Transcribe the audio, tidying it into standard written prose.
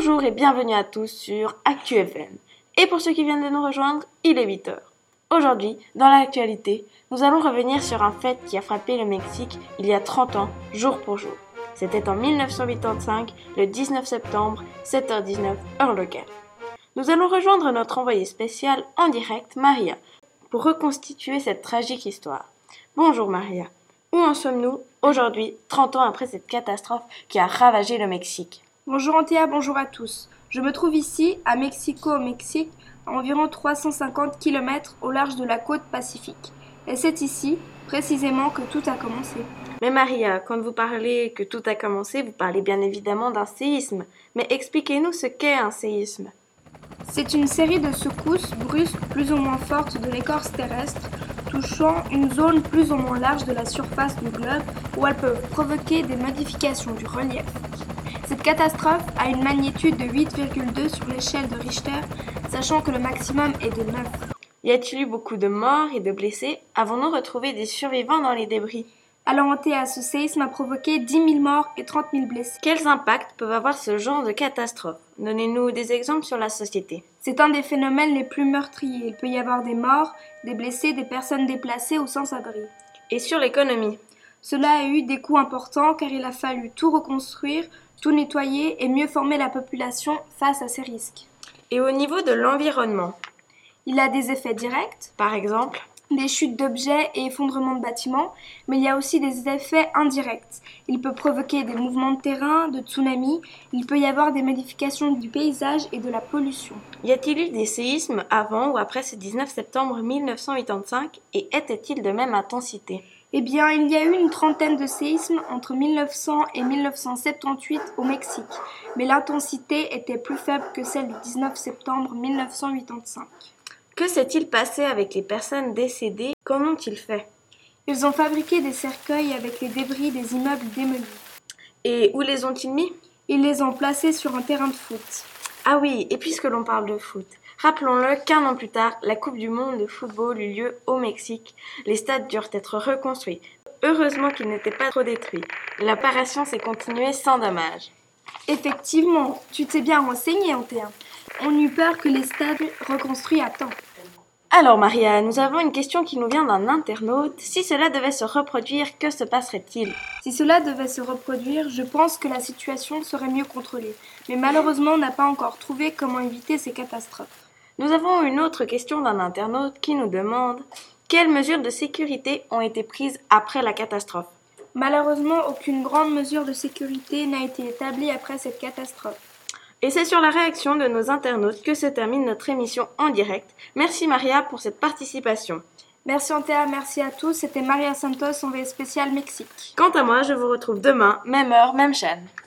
Bonjour et bienvenue à tous sur ActuFM. Et pour ceux qui viennent de nous rejoindre, il est 8h. Aujourd'hui, dans l'actualité, nous allons revenir sur un fait qui a frappé le Mexique il y a 30 ans, jour pour jour. C'était en 1985, le 19 septembre, 7h19, heure locale. Nous allons rejoindre notre envoyée spéciale en direct, Maria, pour reconstituer cette tragique histoire. Bonjour Maria, où en sommes-nous aujourd'hui, 30 ans après cette catastrophe qui a ravagé le Mexique ? Bonjour Antea, bonjour à tous. Je me trouve ici, à Mexico, au Mexique, à environ 350 km au large de la côte pacifique. Et c'est ici, précisément, que tout a commencé. Mais Maria, quand vous parlez que tout a commencé, vous parlez bien évidemment d'un séisme. Mais expliquez-nous ce qu'est un séisme. C'est une série de secousses brusques plus ou moins fortes de l'écorce terrestre, touchant une zone plus ou moins large de la surface du globe où elles peuvent provoquer des modifications du relief. Cette catastrophe a une magnitude de 8,2 sur l'échelle de Richter, sachant que le maximum est de 9. Y a-t-il eu beaucoup de morts et de blessés ? Avons-nous retrouvé des survivants dans les débris ? Alors Antea, ce séisme a provoqué 10 000 morts et 30 000 blessés. Quels impacts peuvent avoir ce genre de catastrophe ? Donnez-nous des exemples sur la société. C'est un des phénomènes les plus meurtriers. Il peut y avoir des morts, des blessés, des personnes déplacées ou sans abri. Et sur l'économie ? Cela a eu des coûts importants car il a fallu tout reconstruire, tout nettoyer et mieux former la population face à ces risques. Et au niveau de l'environnement ? Il a des effets directs, par exemple des chutes d'objets et effondrements de bâtiments, mais il y a aussi des effets indirects. Il peut provoquer des mouvements de terrain, de tsunamis, il peut y avoir des modifications du paysage et de la pollution. Y a-t-il eu des séismes avant ou après ce 19 septembre 1985 et étaient-ils de même intensité ? Eh bien, il y a eu une trentaine de séismes entre 1900 et 1978 au Mexique, mais l'intensité était plus faible que celle du 19 septembre 1985. Que s'est-il passé avec les personnes décédées ? Qu'en ont-ils fait ? Ils ont fabriqué des cercueils avec les débris des immeubles démolis. Et où les ont-ils mis ? Ils les ont placés sur un terrain de foot. Ah oui, et puisque l'on parle de foot, rappelons-le qu'1 an plus tard, la Coupe du monde de football eut lieu au Mexique. Les stades durent être reconstruits. Heureusement qu'ils n'étaient pas trop détruits. L'opération s'est continuée sans dommage. Effectivement, tu t'es bien renseigné, Antea. On eut peur que les stades reconstruits à temps. Alors Maria, nous avons une question qui nous vient d'un internaute. Si cela devait se reproduire, que se passerait-il ? Si cela devait se reproduire, je pense que la situation serait mieux contrôlée. Mais malheureusement, on n'a pas encore trouvé comment éviter ces catastrophes. Nous avons une autre question d'un internaute qui nous demande « Quelles mesures de sécurité ont été prises après la catastrophe ?» Malheureusement, aucune grande mesure de sécurité n'a été établie après cette catastrophe. Et c'est sur la réaction de nos internautes que se termine notre émission en direct. Merci Maria pour cette participation. Merci Antea, merci à tous. C'était Maria Santos, envoyée spéciale Mexique. Quant à moi, je vous retrouve demain, même heure, même chaîne.